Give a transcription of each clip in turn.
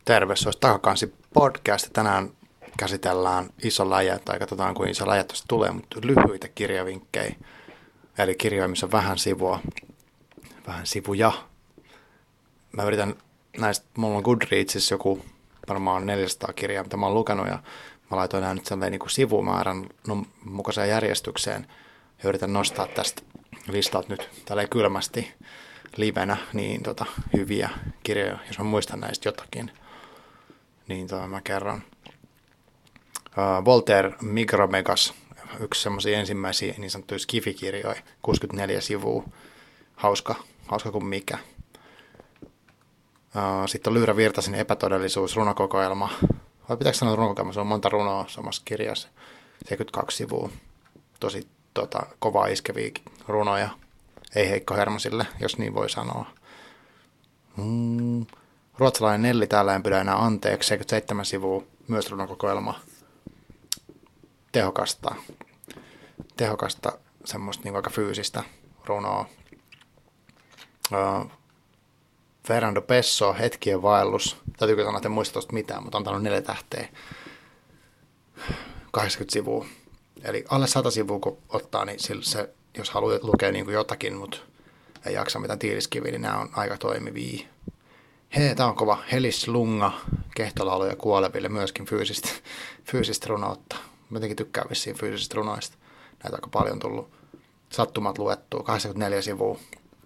Terve, se olisi Takakansi podcast. Tänään käsitellään iso läjä, tai katsotaan kuinka iso läjä tuosta tulee, mutta lyhyitä kirjavinkkejä. Eli kirjoja, missä on vähän sivuja. Mä yritän näistä, mulla on Goodreadsissa joku varmaan 400 kirjaa, mitä mä oon lukenut, ja mä laitoin nämä nyt sellainen niin kuin sivumäärän mukaiseen järjestykseen, ja yritän nostaa tästä listalta nyt tälleen kylmästi livenä niin hyviä kirjoja, jos mä muistan näistä jotakin, niin mä kerron. Voltaire Mikromegas, yksi semmoisia ensimmäisiä niin sanottuja skifikirjoja, 64 sivua, hauska kuin mikä. Sitten on Lyyrä Virtasen Epätodellisuus, runokokoelma. Vai pitääkö sanoa runokokoelma? Se on monta runoa samassa kirjassa. 72 sivua. Tosi kovaa iskeviä runoja. Ei Heikko Hermosille, jos niin voi sanoa. Ruotsalainen Nelli täällä en pidä enää anteeksi. 77 sivua. Myös runokokoelma. Tehokasta semmoista niin aika fyysistä runoa. Fernando Pessoa, Hetkien vaellus. Täytyykö sanoa, että en muista tuosta mitään, mutta on antanut 4 tähteä. 80 sivua. Eli alle 100 sivua kun ottaa, niin se, jos haluaa lukea niin kuin jotakin, mutta ei jaksa mitään tiiliskiviä, niin nämä on aika toimivia. Tämä on kova. Helis Lunga, kehtolauluja kuoleville, myöskin fyysistä runoutta. Mä jotenkin tykkään vissiin fyysisistä runoista. Näitä on aika paljon tullut. Sattumat luettua, 84 sivua.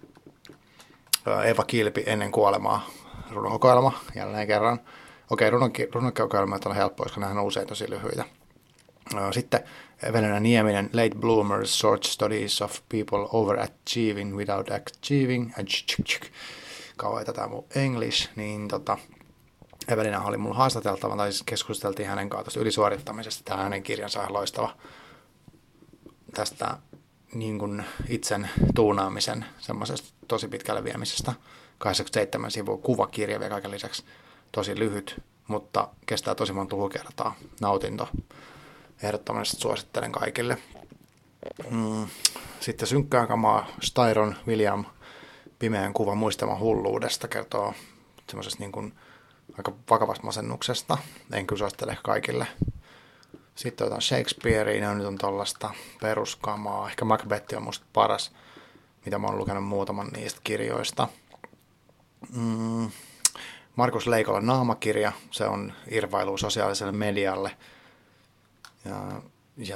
Eva Kilpi ennen kuolemaa, runokokoelma, jälleen kerran. Okei, runokokoelmat on helppoa, koska nämä on usein tosi lyhyitä. Sitten Evelina Nieminen, Late Bloomers, Short Studies of People Overachieving Without Achieving. Kauan tätä mun English, niin Evelina oli mulla haastateltava, tai siis keskusteltiin hänen kanssa ylisuorittamisesta. Tämä hänen kirjansa on loistava tästä niin kuin itsen tuunaamisen semmoisesta tosi pitkälle viemisestä. 87 sivua kuvakirja vielä kaiken lisäksi. Tosi lyhyt, mutta kestää tosi monta lukukertaa. Nautinto. Ehdottomasti suosittelen kaikille. Sitten synkkää kamaa Styron William Pimeän kuva muistaman hulluudesta kertoo semmoisesta niin kuin aika vakavasta masennuksesta. En kyllä suosittele kaikille. Sitten otan Shakespearea, nyt on tollaista peruskamaa. Ehkä Macbeth on musta paras, mitä mä oon lukenut muutaman niistä kirjoista. Markus Leikolan Naamakirja, se on irvailu sosiaaliselle medialle. Ja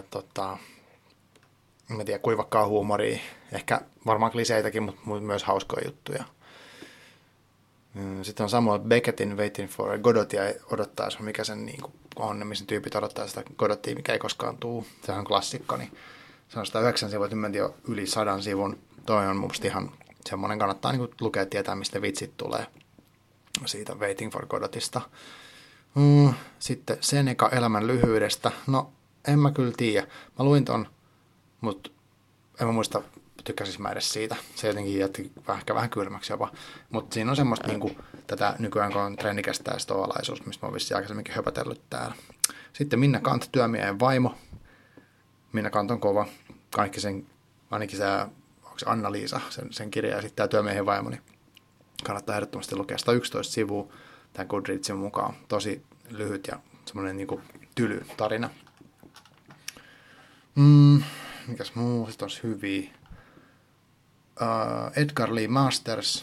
en tiedä, kuivakkaa huumoria. Ehkä varmaan kliseitäkin, mutta myös hauskoja juttuja. Sitten on Samuel Beckettin Waiting for a Godotia odottaa, mikä sen niin kuin on, missä tyypit odottaa sitä Godottia, mikä ei koskaan tule. Se on klassikko, niin se on 109 sivua, nyt mentiin jo yli 100 sivun. Toi on musta ihan semmoinen, kannattaa niin kuin lukea, tietää, mistä vitsit tulee siitä Waiting for Godotista. Sitten Seneca Elämän lyhyydestä. No, en mä kyllä tiedä. Mä luin ton, mutta en mä muista, tykkäsis mä edes siitä. Se jotenkin jätti ehkä vähän kylmäksi jopa. Mutta siinä on semmoista niinku, tätä nykyään, kun on trendikästä ja stoalaisuus, mistä mä oon vissiin aikaisemminkin höpätellyt täällä. Sitten Minna Kant, Työmiehen vaimo. Minna Kant on kova. Kaikki sen, ainakin se, onko se Anna-Liisa, sen kirja ja sitten tämä Työmiehen vaimo, niin kannattaa ehdottomasti lukea 111 sivua tämän Goodreadsin mukaan. Tosi lyhyt ja semmoinen niinku tyly tarina. Mikäs muu sitten olisi hyviä? Edgar Lee Masters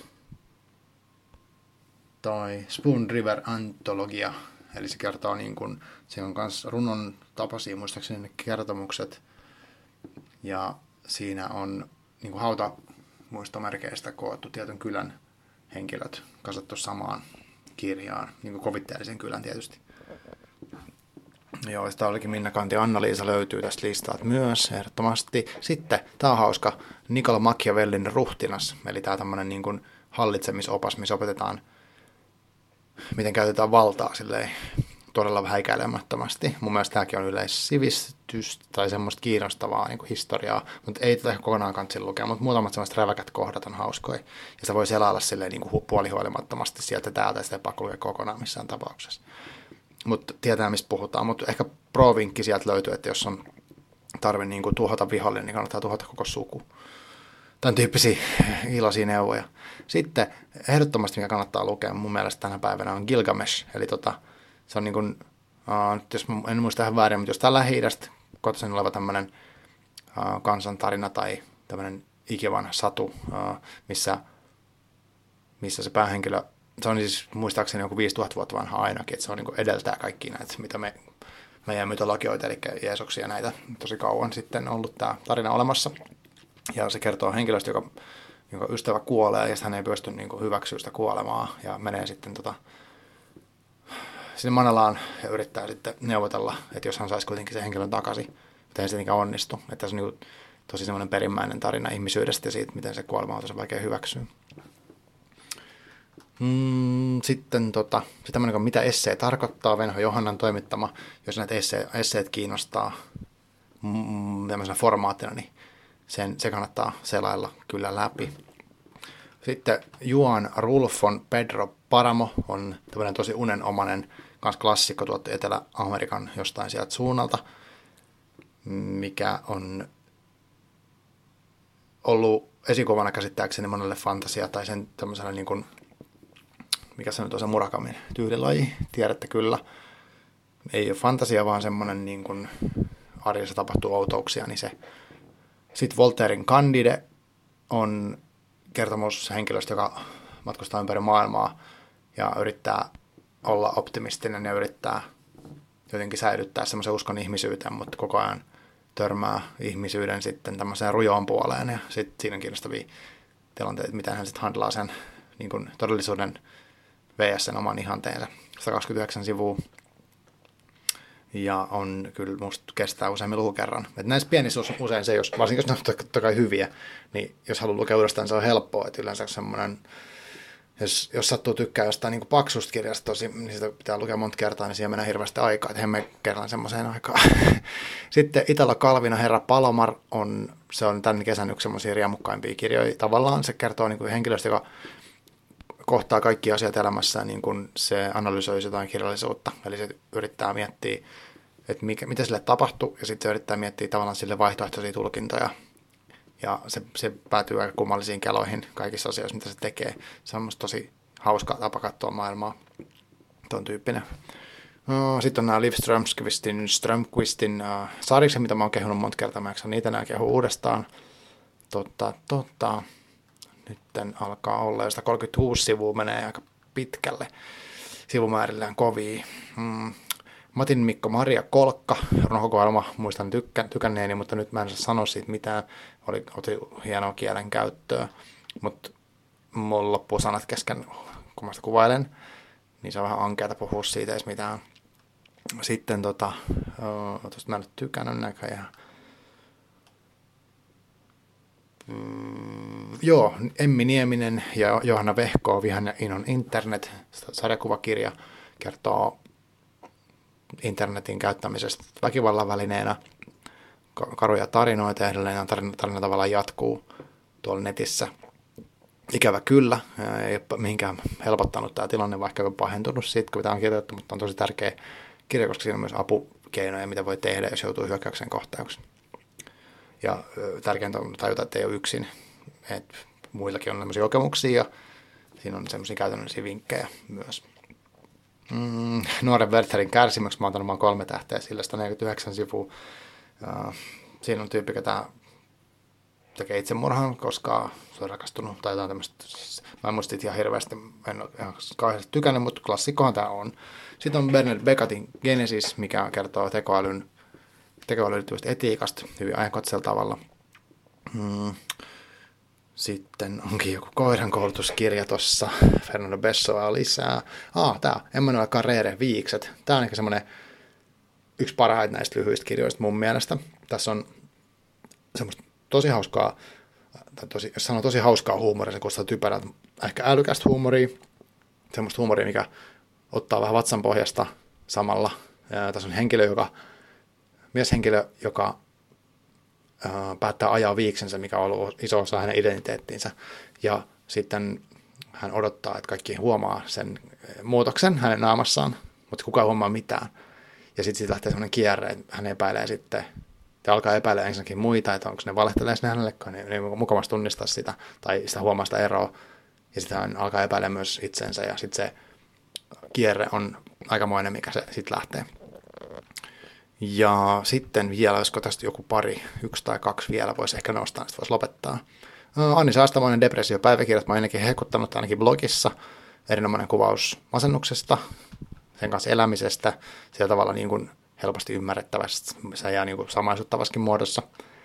tai Spoon River Anthologia, eli se kertoo niin kuin, se on myös runon tapaisia muistaakseni ne kertomukset, ja siinä on niin kuin hautamuistomerkeistä koottu tietyn kylän henkilöt kasattu samaan kirjaan, niin kuin Kovitteellisen kylän tietysti. Joo, sitä olikin Minna Kanti, Anna-Liisa löytyy tästä listalta myös ehdottomasti. Sitten, tämä on hauska, Niccolo Machiavellin Ruhtinas, eli tämä tämmöinen niin kuin hallitsemisopas, missä opetetaan, miten käytetään valtaa silleen todella häikäilemättömästi. Mun mielestä tämäkin on yleissivistystä tai semmoista kiinnostavaa niin kuin historiaa, mutta ei tätä kokonaan kantsin lukea, mutta muutamat semmoiset räväkät kohdat on hauskoja. Ja sitä voi selailla silleen niin kuin puolihuolimattomasti sieltä täältä, ja sitä ei pakko lukea kokonaan missään tapauksessa. Mutta tietää, mistä puhutaan. Mutta ehkä pro-vinkki sieltä löytyy, että jos on tarve niin kuin tuhota vihollinen, niin kannattaa tuhota koko suku. tämän tyyppisiä iloisia neuvoja. Sitten ehdottomasti, mikä kannattaa lukea mun mielestä tänä päivänä, on Gilgamesh. Eli se on niin kuin, jos en muista ihan väärin, mutta jos tämä Lähi-idästä kotoisin oleva tämmöinen kansantarina tai tämmöinen ikivanha satu, missä se päähenkilö, se on siis muistaakseni joku 5000 vuotta vanha ainakin, että se on niin kuin edeltää kaikki näitä, mitä meidän mytologioita, eli Jeesuksia näitä tosi kauan sitten ollut tämä tarina olemassa. Ja se kertoo henkilöstä, jonka ystävä kuolee, ja hän ei pysty niin kuin hyväksyä sitä kuolemaa, ja menee sitten sinne Manalaan ja yrittää sitten neuvotella, että jos hän saisi kuitenkin sen henkilön takaisin, mutta ei se tietenkään onnistu. Että se on niin tosi semmoinen perimmäinen tarina ihmisyydestä ja siitä, miten se kuolema on tosi vaikea hyväksyä. Sitten se tämmöinen, mitä essee tarkoittaa, Venho Johannan toimittama, jos näitä esseet kiinnostaa tämmöisenä formaattina, niin se kannattaa selailla kyllä läpi. Sitten Juan Rulfon Pedro Paramo on tämmöinen tosi unenomainen kans klassikko tuolta Etelä-Amerikan jostain sieltä suunnalta, mikä on ollut esikuvana käsittääkseni monelle fantasia tai sen tämmöisellä niin kuin, mikä se nyt on se Murakamin tyylilaji, tiedätte kyllä. Ei ole fantasia, vaan semmoinen niin kuin arjessa tapahtuu outouksia, niin se. Sitten Voltairen Candide on kertomus henkilöstä, joka matkustaa ympäri maailmaa ja yrittää olla optimistinen ja yrittää jotenkin säilyttää semmoisen uskon ihmisyyteen, mutta koko ajan törmää ihmisyyden sitten tämmöiseen rujoon puoleen. Ja sitten siinä on kiinnostavia tilanteita, miten hän sitten handlaa sen niin kuin todellisuuden vs. sen oman ihanteensa. 129 sivua. Ja on kyllä, musta kestää useammin lukukerran. Et näissä pienissä usein se, varsinkin jos ne on totta kai hyviä, niin jos haluaa lukea uudestaan, se on helppoa. Et yleensä semmoinen, jos sattuu tykkää jostain niin paksusta kirjasta tosi, niin sitä pitää lukea monta kertaa, niin siihen menee hirveästi aikaa. Että emme kerran semmoiseen aikaan. Sitten Italo Calvino Herra Palomar se on tämän kesän yksi semmoisia riemukkaimpia kirjoja. Tavallaan se kertoo niin kuin henkilöstä, joka kohtaa kaikki asiat elämässä, niin kuin se analysoi jotain kirjallisuutta. Eli se yrittää miettiä, että mitä sille tapahtuu, ja sitten se yrittää miettiä tavallaan sille vaihtoehtoisia tulkintoja. Ja se päätyy aika kummallisiin keloihin kaikissa asioissa, mitä se tekee. Se on musta tosi hauska tapa katsoa maailmaa, tuon tyyppinen. Sitten on nämä Liv Strömquistin sarjikset, mitä mä oon kehunut monta kertaa, mä en niitä enää kehu uudestaan. Nyt alkaa olla, josta 36 sivua menee aika pitkälle sivumäärillään kovia. Matin Mikko Maria Kolkka, runokokoelma, muistan tykänneeni, mutta nyt mä en saa sanoa siitä mitään. Oli hienoa kielen käyttöä, mutta mulla loppuu sanat kesken, kun mä sitä kuvailen, niin se on vähän ankeata puhua siitä edes mitään. Sitten tuosta mä en nyt tykännyt näköjään. Joo, Emmi Nieminen ja Johanna Vehko, Vihan ja Inon internet, sarjakuvakirja, kertoo internetin käyttämisestä väkivallan välineenä, karuja tarinoita ja edelleen tarina tavallaan jatkuu tuolla netissä. Ikävä kyllä, ei ole mihinkään helpottanut tämä tilanne, vaikka ei ole pahentunut siitä, kun tämä on kirjoitettu, mutta on tosi tärkeä kirja, koska siinä on myös apukeinoja, mitä voi tehdä, jos joutuu hyökkäyksen kohtauksi. Ja tärkeintä on tajuta, että ei ole yksin, että muillakin on sellaisia kokemuksia ja siinä on sellaisia käytännöllisiä vinkkejä myös. Nuoren Wertherin kärsimyksi mä oon antanut 3 tähteä, sillä 149 sivua. Siinä on tyyppi, joka tekee itsemurhan, koska se on rakastunut tai jotain tämmöistä. Mä en muista ihan hirveästi, en ole ihan kauheasti tykännyt, mutta klassikkohan tämä on. Sitten on Bernard Becattin Genesis, mikä kertoo tekoälyyn liittyvästä etiikasta hyvin ajankohtaisella tavalla. Sitten onkin joku koiran koulutuskirja tuossa. Fernando Pessoa lisää. Tää Emmanuel Carrere Viikset. Tää on ehkä semmoinen yksi parhaita näistä lyhyistä kirjoista mun mielestä. Tässä on semmoista tosi hauskaa, jos sanoo tosi hauskaa huumoria, se kuulostaa typerältä, ehkä älykästä huumoria. Semmoista huumoria, mikä ottaa vähän vatsan pohjasta samalla. Tässä on mieshenkilö, joka päättää ajaa viiksensä, mikä on ollut iso osa hänen identiteettiinsä. Ja sitten hän odottaa, että kaikki huomaa sen muutoksen hänen naamassaan, mutta kukaan ei huomaa mitään. Ja sitten siitä lähtee sellainen kierre, että hän epäilee sitten te alkaa epäillä ensinnäkin muita, että onko ne valehtelee sinne hänellekaan, niin ei mukavasti tunnistaa sitä, tai sitä huomaa sitä eroa, ja sitten alkaa epäillä myös itsensä, ja sitten se kierre on aikamoinen, mikä se sitten lähtee. Ja sitten vielä, olisiko tästä joku pari, 1 tai 2 vielä voisi ehkä nostaa, sitten voisi lopettaa. Anni Saastamoinen depressiopäiväkirjat, mä oon ainakin hehkuttanut ainakin blogissa, erinomainen kuvaus masennuksesta, sen kanssa elämisestä, sillä tavalla niin kuin helposti ymmärrettävästi, se jää niin kuin samaisuttavaskin muodossa.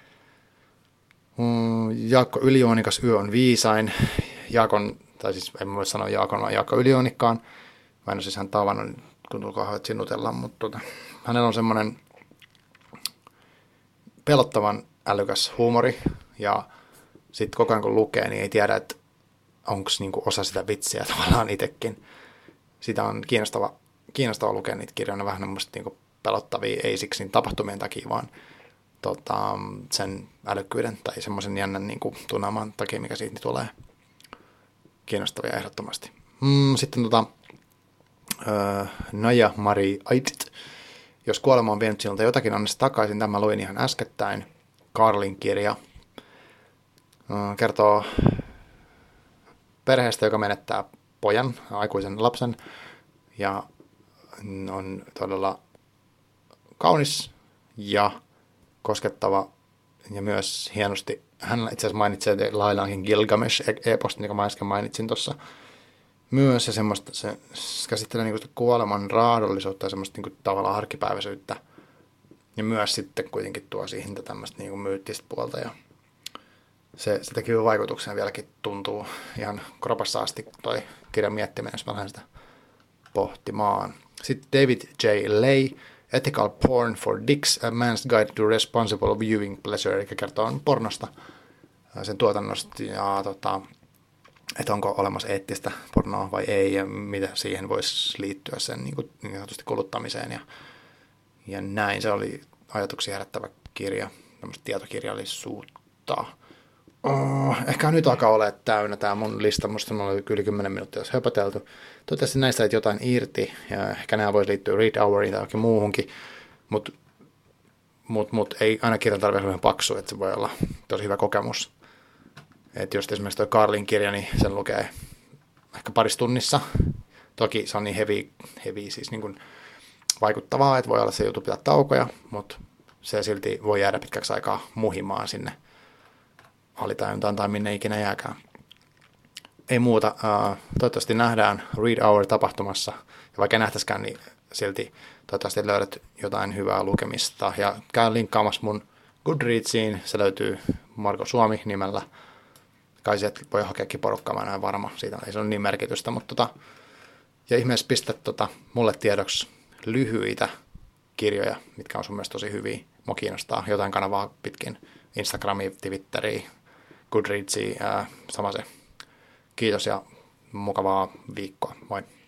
Jaakko Ylijuonikas, Yö on viisain. Jaakon, tai siis en voi sanoa Jaakon, vaan Jaakko Ylijuonikkaan. Mä en ole siis hän tavannut, kun tulkoon sinutellaan, mutta hänellä on semmoinen pelottavan älykäs huumori, ja sitten koko ajan kun lukee, niin ei tiedä, että onko niinku osa sitä vitsiä tavallaan itsekin. Sitä on kiinnostava lukea niitä kirjoja, vähän niinku pelottavia, ei siksi niin tapahtumien takia, vaan sen älykkyyden tai semmoisen jännän niinku tunnelman takia, mikä siitä tulee. Kiinnostavia ehdottomasti. Sitten Naja Mari Aitit. Jos kuolema on vienyt sinulta jotakin, anna se takaisin. Tämä luin ihan äskettäin. Karlin kirja. Kertoo perheestä, joka menettää pojan, aikuisen lapsen. Ja on todella kaunis ja koskettava ja myös hienosti. Hän itse asiassa mainitsee Lailankin Gilgamesh-eposta, jonka mä äsken mainitsin tuossa. Myös ja semmoista, se käsittelee niinku kuoleman raadollisuutta ja semmoista niinku tavallaan arkipäiväisyyttä. Ja myös sitten kuitenkin tuo siihen tämmöistä niinku myyttistä puolta. Ja se teki vaikutuksen vieläkin tuntuu ihan kropassa asti toi kirjan miettiminen, jos mä lähden sitä pohtimaan. Sitten David J. Lay, Ethical Porn for Dicks, A Man's Guide to Responsible Viewing Pleasure, eli kertoo pornosta, sen tuotannosta ja että onko olemassa eettistä pornoa vai ei, ja mitä siihen voisi liittyä sen niin sanotusti kuluttamiseen. Ja näin, se oli ajatuksia herättävä kirja, tämmöistä tietokirjallisuutta. Ehkä nyt alkaa olla täynnä tämä mun lista, musta on ollut yli 10 minuuttia jos höpötelty. Toivottavasti näistä et jotain irti, ja ehkä nämä voisi liittyä Read Houriin tai jokin muuhunkin, mutta ei aina kirjan tarvitse olla paksu, että se voi olla tosi hyvä kokemus. Että jos esimerkiksi tuo Karlin kirja, niin sen lukee ehkä parissa tunnissa. Toki se on niin heavy siis niin kuin vaikuttavaa, että voi olla se juttu pitää taukoja, mutta se silti voi jäädä pitkäksi aikaa muhimaan sinne alitajuntaan tai minne ikinä jääkään. Ei muuta. Toivottavasti nähdään Read Hour-tapahtumassa. Ja vaikka ei nähtäisikään, niin silti toivottavasti löydät jotain hyvää lukemista. Ja käy linkkaamassa mun Goodreadsiin. Se löytyy Marko Suomi nimellä. Kai sieltä voi hakeakin porukkaa, mä en ole varma. Siitä ei se ole niin merkitystä. Mutta ja ihmeessä pistä mulle tiedoksi lyhyitä kirjoja, mitkä on sun mielestä tosi hyviä. Mua kiinnostaa jotain kanavaa pitkin. Instagramia, Twitteriä, Goodreadsia, sama se. Kiitos ja mukavaa viikkoa. Moi.